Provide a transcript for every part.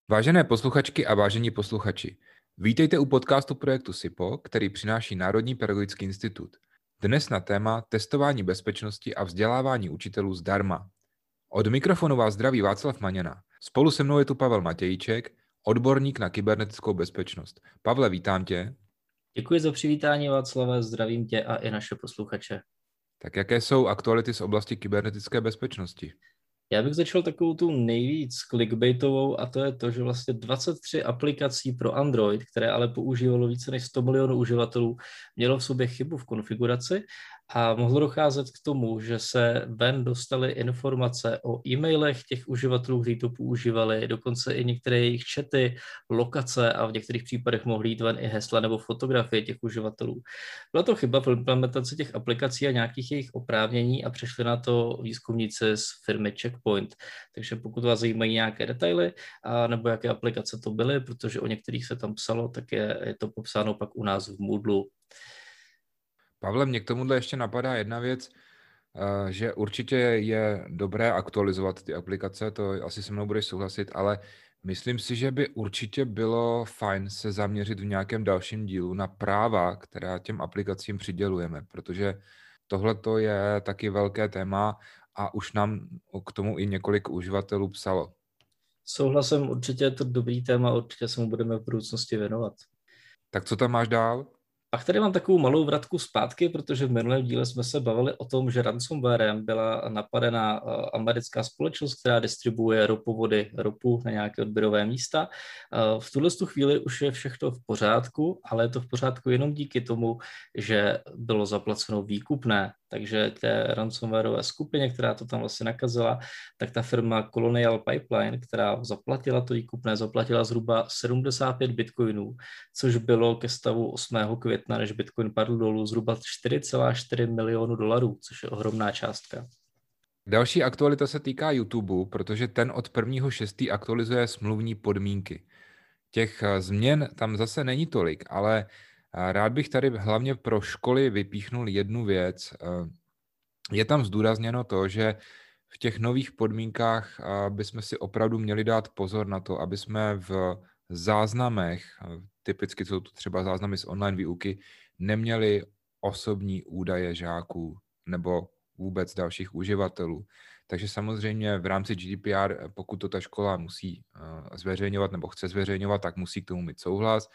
Vážené posluchačky a vážení posluchači, vítejte u podcastu projektu SIPO, který přináší Národní pedagogický institut. Dnes na téma testování bezpečnosti a vzdělávání učitelů zdarma. Od mikrofonu vás zdraví Václav Maněna. Spolu se mnou je tu Pavel Matějček, odborník na kybernetickou bezpečnost. Pavle, vítám tě. Děkuji za přivítání, Václave, zdravím tě a i naše posluchače. Tak jaké jsou aktuality z oblasti kybernetické bezpečnosti? Já bych začal takovou tu nejvíc clickbaitovou a to je to, že vlastně 23 aplikací pro Android, které ale používalo více než 100 milionů uživatelů, mělo v sobě chybu v konfiguraci a mohlo docházet k tomu, že se ven dostaly informace o e-mailech těch uživatelů, kteří to používali, dokonce i některé jejich chaty, lokace a v některých případech mohly jít ven i hesla nebo fotografie těch uživatelů. Byla to chyba v implementaci těch aplikací a nějakých jejich oprávnění a přešli na to výzkumníci z firmy Checkpoint. Takže pokud vás zajímají nějaké detaily nebo jaké aplikace to byly, protože o některých se tam psalo, tak je to popsáno pak u nás v Moodlu. Pavle, mě k tomuhle ještě napadá jedna věc, že určitě je dobré aktualizovat ty aplikace, to asi se mnou budeš souhlasit, ale myslím si, že by určitě bylo fajn se zaměřit v nějakém dalším dílu na práva, která těm aplikacím přidělujeme, protože tohle je taky velké téma a už nám k tomu i několik uživatelů psalo. Souhlasím, určitě je to dobrý téma, určitě se mu budeme v budoucnosti věnovat. Tak co tam máš dál? Pak tady mám takovou malou vratku zpátky, protože v minulém díle jsme se bavili o tom, že ransomwarem byla napadena americká společnost, která distribuuje ropu na nějaké odběrové místa. V tuhle chvíli už je všechno v pořádku, ale je to v pořádku jenom díky tomu, že bylo zaplaceno výkupné. Takže té ransomwarové skupině, která to tam vlastně nakazila, tak ta firma Colonial Pipeline, která zaplatila to výkupné, zaplatila zhruba 75 bitcoinů, což bylo ke stavu 8. května, než bitcoin padl dolů, zhruba 4,4 milionu dolarů, což je ohromná částka. Další aktualita se týká YouTube, protože ten od 1.6. aktualizuje smluvní podmínky. Těch změn tam zase není tolik, ale rád bych tady hlavně pro školy vypíchnul jednu věc. Je tam zdůrazněno to, že v těch nových podmínkách bychom si opravdu měli dát pozor na to, aby jsme v záznamech, typicky jsou to třeba záznamy z online výuky, neměli osobní údaje žáků nebo vůbec dalších uživatelů. Takže samozřejmě v rámci GDPR, pokud to ta škola musí zveřejňovat nebo chce zveřejňovat, tak musí k tomu mít souhlas.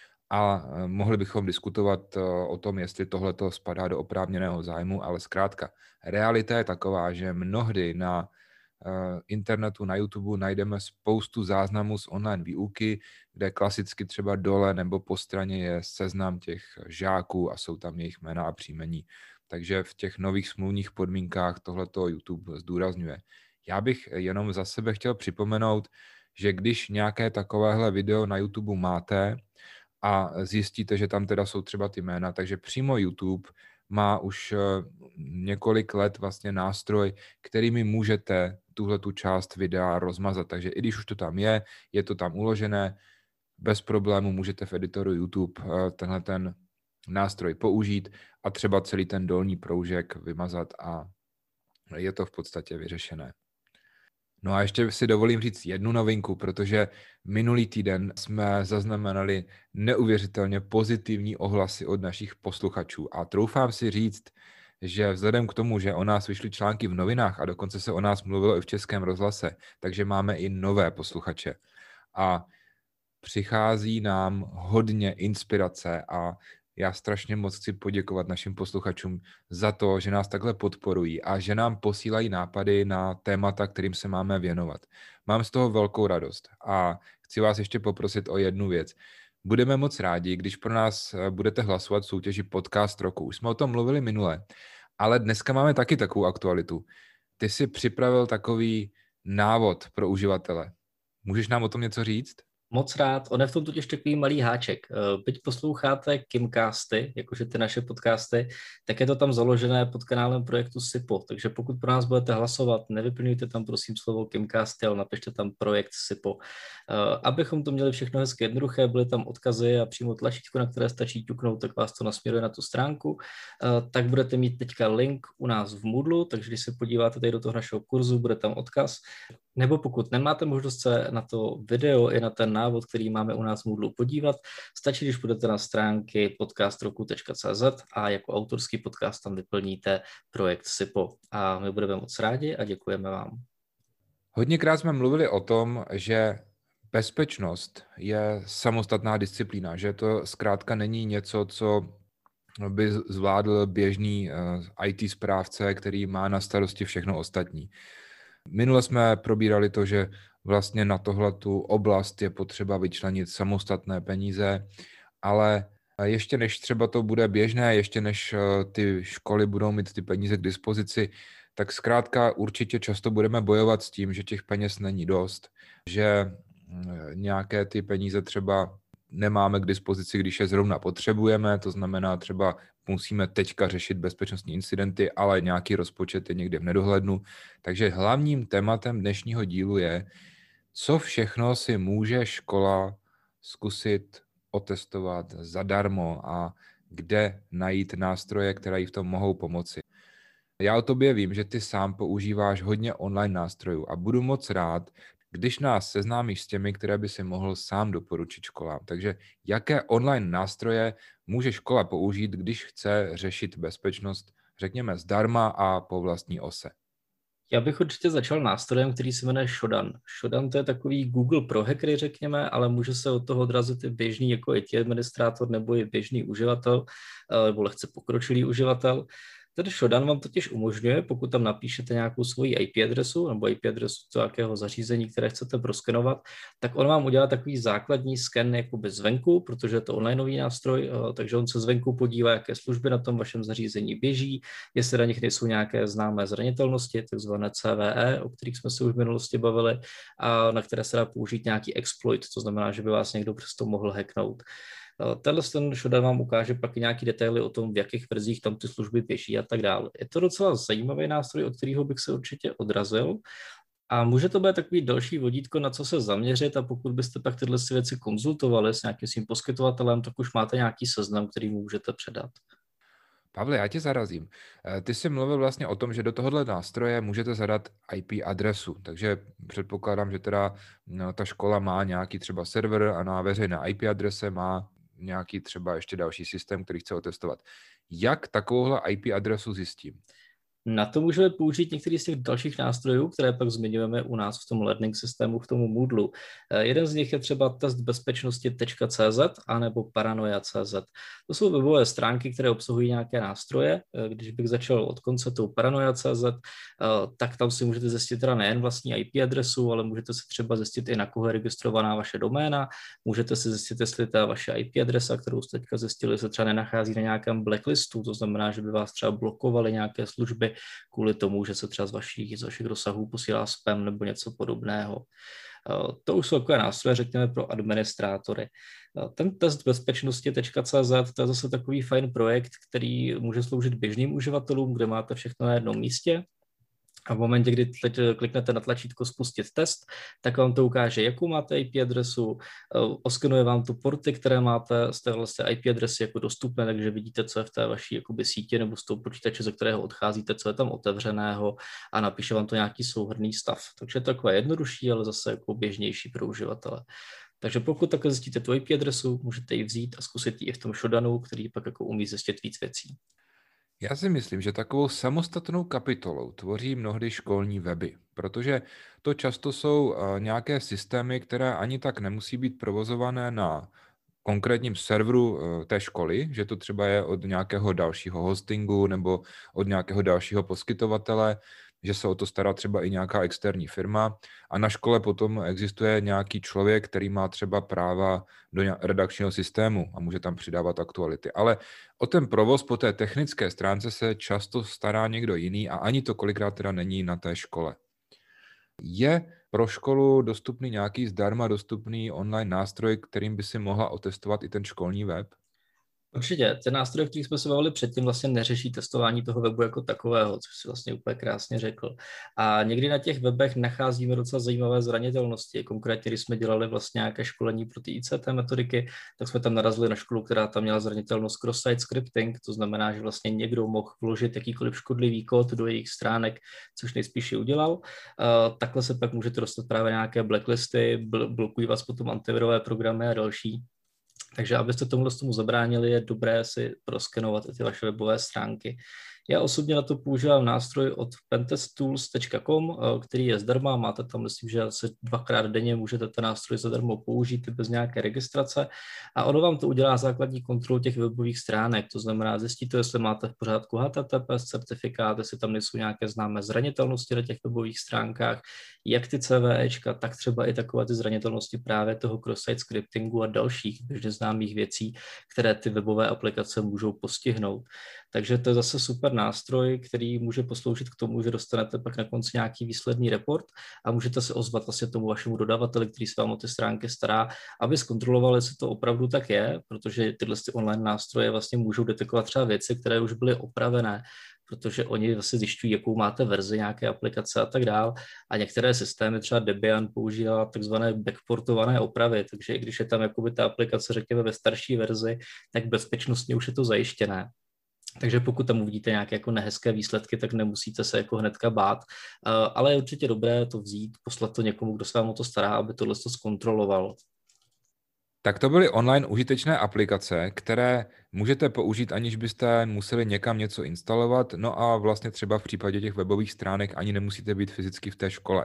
A mohli bychom diskutovat o tom, jestli tohleto spadá do oprávněného zájmu, ale zkrátka realita je taková, že mnohdy na internetu, na YouTube najdeme spoustu záznamů z online výuky, kde klasicky třeba dole nebo po straně je seznam těch žáků a jsou tam jejich jména a příjmení. Takže v těch nových smluvních podmínkách tohleto YouTube zdůrazňuje. Já bych jenom za sebe chtěl připomenout, že když nějaké takovéhle video na YouTube máte a zjistíte, že tam teda jsou třeba ty jména, takže přímo YouTube má už několik let vlastně nástroj, kterými můžete tuhletu část videa rozmazat. Takže i když už to tam je to tam uložené, bez problému můžete v editoru YouTube tenhle ten nástroj použít a třeba celý ten dolní proužek vymazat a je to v podstatě vyřešené. No a ještě si dovolím říct jednu novinku, protože minulý týden jsme zaznamenali neuvěřitelně pozitivní ohlasy od našich posluchačů a troufám si říct, že vzhledem k tomu, že o nás vyšly články v novinách a dokonce se o nás mluvilo i v Českém rozhlase, takže máme i nové posluchače. A přichází nám hodně inspirace a já strašně moc chci poděkovat našim posluchačům za to, že nás takhle podporují a že nám posílají nápady na témata, kterým se máme věnovat. Mám z toho velkou radost a chci vás ještě poprosit o jednu věc. Budeme moc rádi, když pro nás budete hlasovat v soutěži Podcast roku. Už jsme o tom mluvili minule, ale dneska máme taky takovou aktualitu. Ty jsi připravil takový návod pro uživatele. Můžeš nám o tom něco říct? Moc rád. On je v tom totiž takový malý háček. Byť posloucháte Kimcasty, jakože ty naše podcasty, tak je to tam založené pod kanálem projektu SIPO. Takže pokud pro nás budete hlasovat, nevyplňujte tam prosím slovo Kimcasty, ale napište tam projekt SIPO. Abychom to měli všechno hezky jednoduché, byly tam odkazy a přímo tlačítko, na které stačí ťuknout, tak vás to nasměruje na tu stránku. Tak budete mít teďka link u nás v Moodlu, takže když se podíváte tady do toho našeho kurzu, bude tam odkaz. Nebo pokud nemáte možnost se na to video i na ten návod, který máme u nás v Moodlu podívat, stačí, když půjdete na stránky podcastroku.cz a jako autorský podcast tam vyplníte projekt SIPO. A my budeme moc rádi a děkujeme vám. Hodněkrát jsme mluvili o tom, že bezpečnost je samostatná disciplína, že to zkrátka není něco, co by zvládl běžný IT správce, který má na starosti všechno ostatní. Minule jsme probírali to, že vlastně na tohletu oblast je potřeba vyčlenit samostatné peníze, ale ještě než třeba to bude běžné, ještě než ty školy budou mít ty peníze k dispozici, tak zkrátka určitě často budeme bojovat s tím, že těch peněz není dost, že nějaké ty peníze třeba nemáme k dispozici, když je zrovna potřebujeme, to znamená třeba musíme teďka řešit bezpečnostní incidenty, ale nějaký rozpočet je někde v nedohlednu. Takže hlavním tématem dnešního dílu je, co všechno si může škola zkusit otestovat zadarmo a kde najít nástroje, které jí v tom mohou pomoci. Já o tobě vím, že ty sám používáš hodně online nástrojů a budu moc rád, když nás seznámíš s těmi, které by si mohl sám doporučit školám. Takže jaké online nástroje může škola použít, když chce řešit bezpečnost, řekněme, zdarma a po vlastní ose? Já bych určitě začal nástrojem, který se jmenuje Shodan. Shodan to je takový Google pro hackery, řekněme, ale může se od toho odrazit i běžný jako IT administrátor nebo i běžný uživatel, nebo lehce pokročilý uživatel. Ten Shodan vám totiž umožňuje, pokud tam napíšete nějakou svoji IP adresu nebo IP adresu nějakého zařízení, které chcete proskenovat, tak on vám udělá takový základní sken jakoby zvenku, protože je to onlineový nástroj, takže on se zvenku podívá, jaké služby na tom vašem zařízení běží, jestli na nich nejsou nějaké známé zranitelnosti, takzvané CVE, o kterých jsme se už v minulosti bavili, a na které se dá použít nějaký exploit, to znamená, že by vás někdo přesto mohl hacknout. Tenhle Shodan vám ukáže pak i nějaké detaily o tom, v jakých verzích tam ty služby běží a tak dále. Je to docela zajímavý nástroj, od kterého bych se určitě odrazil. A může to být takový další vodítko, na co se zaměřit, a pokud byste pak tyhle věci konzultovali s nějakým svým poskytovatelem, tak už máte nějaký seznam, který mu můžete předat. Pavle, já tě zarazím. Ty jsi mluvil vlastně o tom, že do tohohle nástroje můžete zadat IP adresu, takže předpokládám, že teda ta škola má nějaký třeba server a na veřejné IP adrese má nějaký třeba ještě další systém, který chce otestovat. Jak takovouhle IP adresu zjistím? Na to můžeme použít některý z těch dalších nástrojů, které pak zmiňujeme u nás v tom learning systému, v tom Moodlu. Jeden z nich je třeba testbezpečnosti.cz anebo paranoia.cz. To jsou webové stránky, které obsahují nějaké nástroje. Když bych začal od konce tou paranoia.cz, tak tam si můžete zjistit teda nejen vlastní IP adresu, ale můžete si třeba zjistit i, na koho je registrovaná vaše doména. Můžete si zjistit, jestli ta vaše IP adresa, kterou jste teďka zjistili, se třeba nenachází na nějakém blacklistu, to znamená, že by vás třeba blokovali nějaké služby kvůli tomu, že se třeba z vašich dosahů posílá spam nebo něco podobného. To už jsou takové nástroje, řekněme, pro administrátory. Ten test bezpečnosti.cz, to je zase takový fajn projekt, který může sloužit běžným uživatelům, kde máte všechno na jednom místě. A v momentě, kdy teď kliknete na tlačítko spustit test, tak vám to ukáže, jakou máte IP adresu, oskenuje vám to porty, které máte z téhle IP adresy jako dostupné, takže vidíte, co je v té vaší jakoby síti nebo z toho počítače, ze kterého odcházíte, co je tam otevřeného, a napíše vám to nějaký souhrnný stav. Takže je to takové jednodušší, ale zase jako běžnější pro uživatele. Takže pokud takhle zjistíte tu IP adresu, můžete ji vzít a zkusit ji i v tom Shodanu, který pak jako umí zjistit víc věcí. Já si myslím, že takovou samostatnou kapitolou tvoří mnohdy školní weby, protože to často jsou nějaké systémy, které ani tak nemusí být provozované na konkrétním serveru té školy, že to třeba je od nějakého dalšího hostingu nebo od nějakého dalšího poskytovatele, že se o to stará třeba i nějaká externí firma, a na škole potom existuje nějaký člověk, který má třeba práva do redakčního systému a může tam přidávat aktuality. Ale o ten provoz po té technické stránce se často stará někdo jiný a ani to kolikrát teda není na té škole. Je pro školu dostupný nějaký zdarma dostupný online nástroj, kterým by si mohla otestovat i ten školní web? Určitě, ty nástroje, o kterých jsme se bavili předtím, vlastně neřeší testování toho webu jako takového, což si vlastně úplně krásně řekl. A někdy na těch webech nacházíme docela zajímavé zranitelnosti. Konkrétně, když jsme dělali vlastně nějaké školení pro ty ICT metodiky, tak jsme tam narazili na školu, která tam měla zranitelnost cross-site scripting, to znamená, že vlastně někdo mohl vložit jakýkoliv škodlivý kód do jejich stránek, což nejspíš udělal. Takhle se pak můžete dostat právě nějaké blacklisty, blokují vás potom antivirové programy a další. Takže abyste tomu zabránili, je dobré si proskenovat i ty vaše webové stránky. Já osobně na to používám nástroj od pentesttools.com, který je zdarma. Máte tam, myslím, že asi 2x denně můžete ten nástroj zadarmo použít bez nějaké registrace a ono vám to udělá základní kontrolu těch webových stránek. To znamená, zjistíte, jestli máte v pořádku HTTPS certifikát, jestli tam nejsou nějaké známé zranitelnosti na těch webových stránkách, jak ty CVEčka, tak třeba i takové ty zranitelnosti právě toho cross-site scriptingu a dalších běžně známých věcí, které ty webové aplikace můžou postihnout. Takže to je zase super nástroj, který může posloužit k tomu, že dostanete pak na konci nějaký výsledný report a můžete se ozvat vlastně tomu vašemu dodavateli, který se vám o ty stránky stará, aby zkontroloval, jestli to opravdu tak je, protože tyhle online nástroje vlastně můžou detekovat třeba věci, které už byly opravené, protože oni vlastně zjišťují, jakou máte verzi nějaké aplikace a tak dál. A některé systémy, třeba Debian, používá takzvané backportované opravy, takže i když je tam jakoby ta aplikace, řekněme, ve starší verzi, tak bezpečnostně už je to zajištěné. Takže pokud tam uvidíte nějaké jako nehezké výsledky, tak nemusíte se jako hnedka bát, ale je určitě dobré to vzít, poslat to někomu, kdo se vám o to stará, aby tohle to zkontroloval. Tak to byly online užitečné aplikace, které můžete použít, aniž byste museli někam něco instalovat, no a vlastně třeba v případě těch webových stránek ani nemusíte být fyzicky v té škole.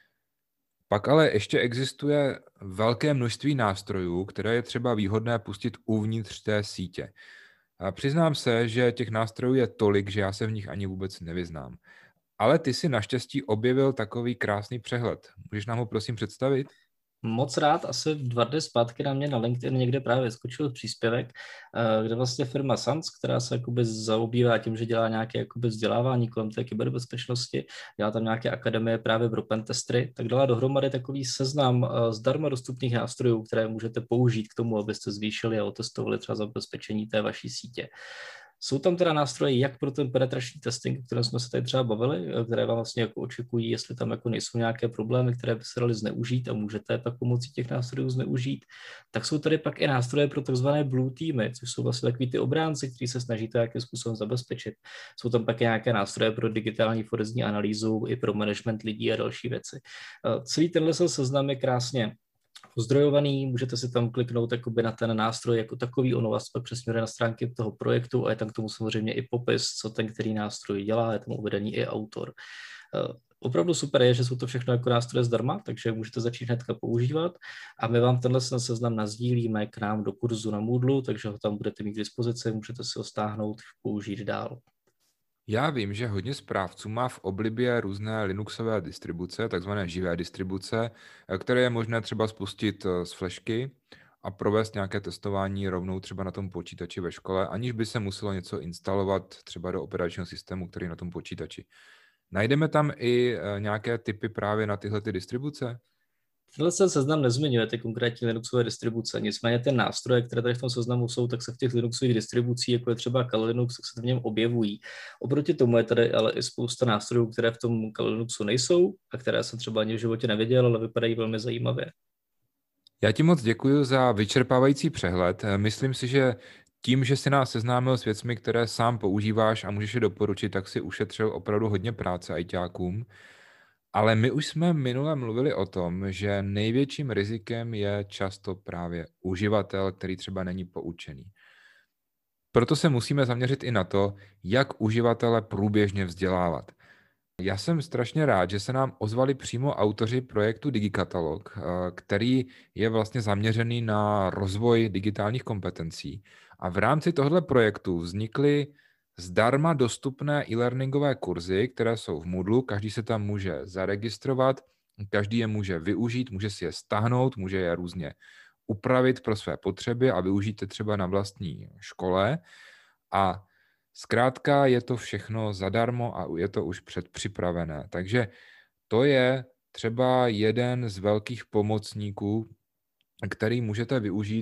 Pak ale ještě existuje velké množství nástrojů, které je třeba výhodné pustit uvnitř té sítě. A přiznám se, že těch nástrojů je tolik, že já se v nich ani vůbec nevyznám. Ale ty si naštěstí objevil takový krásný přehled. Můžeš nám ho prosím představit? Moc rád, asi 2 dny zpátky na mě na LinkedIn někde právě skočil příspěvek, kde vlastně firma Sans, která se jakoby zaobírá tím, že dělá nějaké jakoby vzdělávání kolem té kyberbezpečnosti, dělá tam nějaké akademie právě pro pentestry, tak dala dohromady takový seznam zdarma dostupných nástrojů, které můžete použít k tomu, abyste zvýšili a otestovali třeba zabezpečení té vaší sítě. Jsou tam teda nástroje jak pro ten penetrační testing, o kterém jsme se tady třeba bavili, které vám vlastně jako očekují, jestli tam jako nejsou nějaké problémy, které by se daly zneužít a můžete je pak pomocí těch nástrojů zneužít. Tak jsou tady pak i nástroje pro takzvané blue teamy, což jsou vlastně takový ty obránci, kteří se snažíte nějakým způsobem zabezpečit. Jsou tam pak i nějaké nástroje pro digitální forenzní analýzu i pro management lidí a další věci. Celý tenhle seznam je krásně ozdrojovaný, můžete si tam kliknout jakoby na ten nástroj jako takový, ono vás pak přesměruje na stránky toho projektu a je tam k tomu samozřejmě i popis, co ten který nástroj dělá, je tam uvedený i autor. Opravdu super je, že jsou to všechno jako nástroje zdarma, takže můžete začít hnedka používat a my vám tenhle seznam nazdílíme k nám do kurzu na Moodlu, takže ho tam budete mít k dispozici, můžete si ho stáhnout, použít dál. Já vím, že hodně správců má v oblibě různé Linuxové distribuce, takzvané živé distribuce, které je možné třeba spustit z flashky a provést nějaké testování rovnou třeba na tom počítači ve škole, aniž by se muselo něco instalovat třeba do operačního systému, který je na tom počítači. Najdeme tam i nějaké typy právě na tyhle ty distribuce? Tenhle seznam nezmiňuje ty konkrétní Linuxové distribuce, nicméně ty nástroje, které tady v tom seznamu jsou, tak se v těch Linuxových distribucích, jako je třeba Kali Linux, tak se v něm objevují. Oproti tomu je tady ale i spousta nástrojů, které v tom Kali Linuxu nejsou a které jsem třeba ani v životě neviděl, ale vypadají velmi zajímavě. Já ti moc děkuji za vyčerpávající přehled. Myslím si, že tím, že jsi nás seznámil s věcmi, které sám používáš a můžeš je doporučit, tak si ušetřil opravdu hodně práce ajťákům. Ale my už jsme minule mluvili o tom, že největším rizikem je často právě uživatel, který třeba není poučený. Proto se musíme zaměřit i na to, jak uživatele průběžně vzdělávat. Já jsem strašně rád, že se nám ozvali přímo autoři projektu DigiKatalog, který je vlastně zaměřený na rozvoj digitálních kompetencí. A v rámci tohle projektu vznikly zdarma dostupné e-learningové kurzy, které jsou v Moodlu, každý se tam může zaregistrovat, každý je může využít, může si je stáhnout, může je různě upravit pro své potřeby a využít je třeba na vlastní škole. A zkrátka je to všechno zadarmo a je to už předpřipravené. Takže to je třeba jeden z velkých pomocníků, který můžete využít,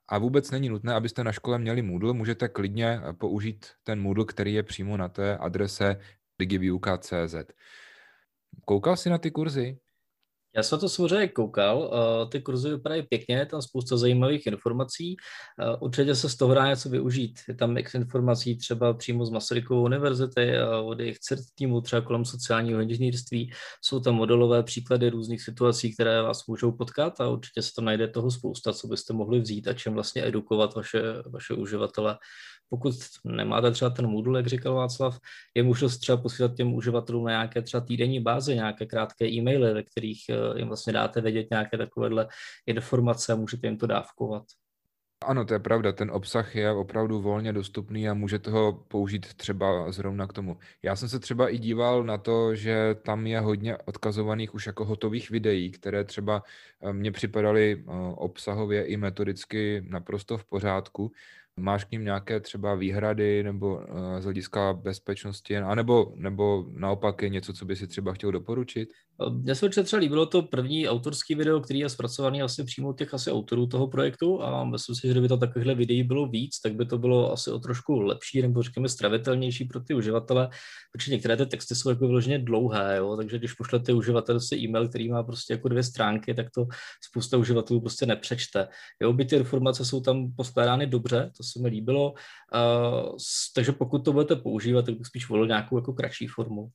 A vůbec není nutné, abyste na škole měli Moodle, můžete klidně použít ten Moodle, který je přímo na té adrese digivyuka.cz. Koukal jsi na ty kurzy? Já jsem to samozřejmě koukal, ty kurzy vypadají pěkně, je tam spousta zajímavých informací, určitě se z toho dá něco využít. Je tam mix informací třeba přímo z Masarykovy univerzity, od jejich CERT týmu, třeba kolem sociálního inženýrství, jsou tam modelové příklady různých situací, které vás můžou potkat a určitě se tam najde toho spousta, co byste mohli vzít a čem vlastně edukovat vaše uživatele. Pokud nemáte třeba ten Moodle, jak říkal Václav, je možnost třeba posílat těm uživatelům na nějaké třeba týdenní báze, nějaké krátké e-maily, ve kterých jim vlastně dáte vědět nějaké takovéhle informace a můžete jim to dávkovat. Ano, to je pravda, ten obsah je opravdu volně dostupný a můžete ho použít třeba zrovna k tomu. Já jsem se třeba i díval na to, že tam je hodně odkazovaných už jako hotových videí, které třeba mně připadaly obsahově i metodicky naprosto v pořádku. Máš k ním nějaké třeba výhrady nebo z hlediska bezpečnosti, nebo naopak je něco, co by si třeba chtěl doporučit? Mně se určitě třeba líbilo to první autorský video, který je zpracovaný asi přímo těch asi autorů toho projektu a myslím si, že kdyby to takovýchhle videí bylo víc, tak by to bylo asi o trošku lepší nebo řekněme stravitelnější pro ty uživatele, protože některé ty texty jsou jako vyloženě dlouhé, jo? Takže když pošlete uživatel si e-mail, který má prostě jako 2 stránky, tak to spousta uživatelů prostě nepřečte. Jo, by ty informace jsou tam poskládány dobře, to se mi líbilo, takže pokud to budete používat, tak bych spíš volil nějakou jako kratší formu.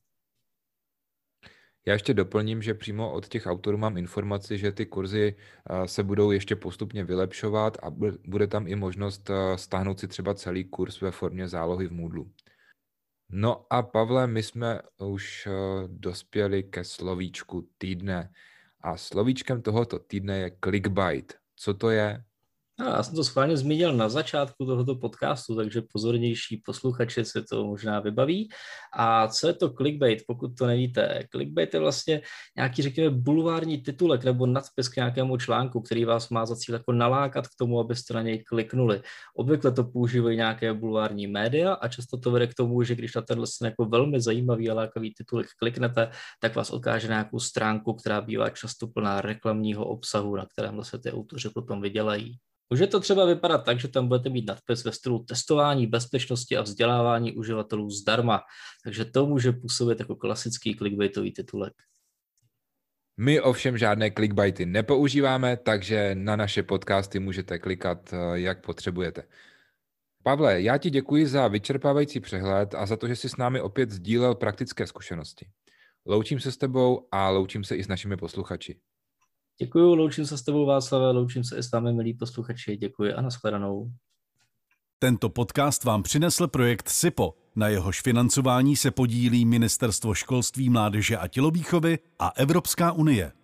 Já ještě doplním, že přímo od těch autorů mám informaci, že ty kurzy se budou ještě postupně vylepšovat a bude tam i možnost stáhnout si třeba celý kurz ve formě zálohy v Moodlu. No a Pavle, my jsme už dospěli ke slovíčku týdne a slovíčkem tohoto týdne je clickbait. Co to je? Já jsem to schválně zmínil na začátku tohoto podcastu, takže pozornější posluchači se to možná vybaví. A co je to clickbait, pokud to nevíte? Clickbait je vlastně nějaký, řekněme, bulvární titulek nebo nadpis k nějakému článku, který vás má za cíl jako nalákat k tomu, abyste na něj kliknuli. Obvykle to používají nějaké bulvární média a často to vede k tomu, že když na tenhle jako velmi zajímavý a lákavý titulek kliknete, tak vás odkáže na nějakou stránku, která bývá často plná reklamního obsahu, na kterém se ty autoři potom vydělají. Může to třeba vypadat tak, že tam budete mít nadpis ve stylu testování bezpečnosti a vzdělávání uživatelů zdarma, takže to může působit jako klasický clickbaitový titulek. My ovšem žádné clickbaity nepoužíváme, takže na naše podcasty můžete klikat, jak potřebujete. Pavle, já ti děkuji za vyčerpávající přehled a za to, že jsi s námi opět sdílel praktické zkušenosti. Loučím se s tebou a loučím se i s našimi posluchači. Děkuji, loučím se s tebou, Václave, loučím se i s vámi, milí posluchači. Děkuji a nashledanou. Tento podcast vám přinesl projekt SIPO. Na jehož financování se podílí Ministerstvo školství, mládeže a tělovýchovy a Evropská unie.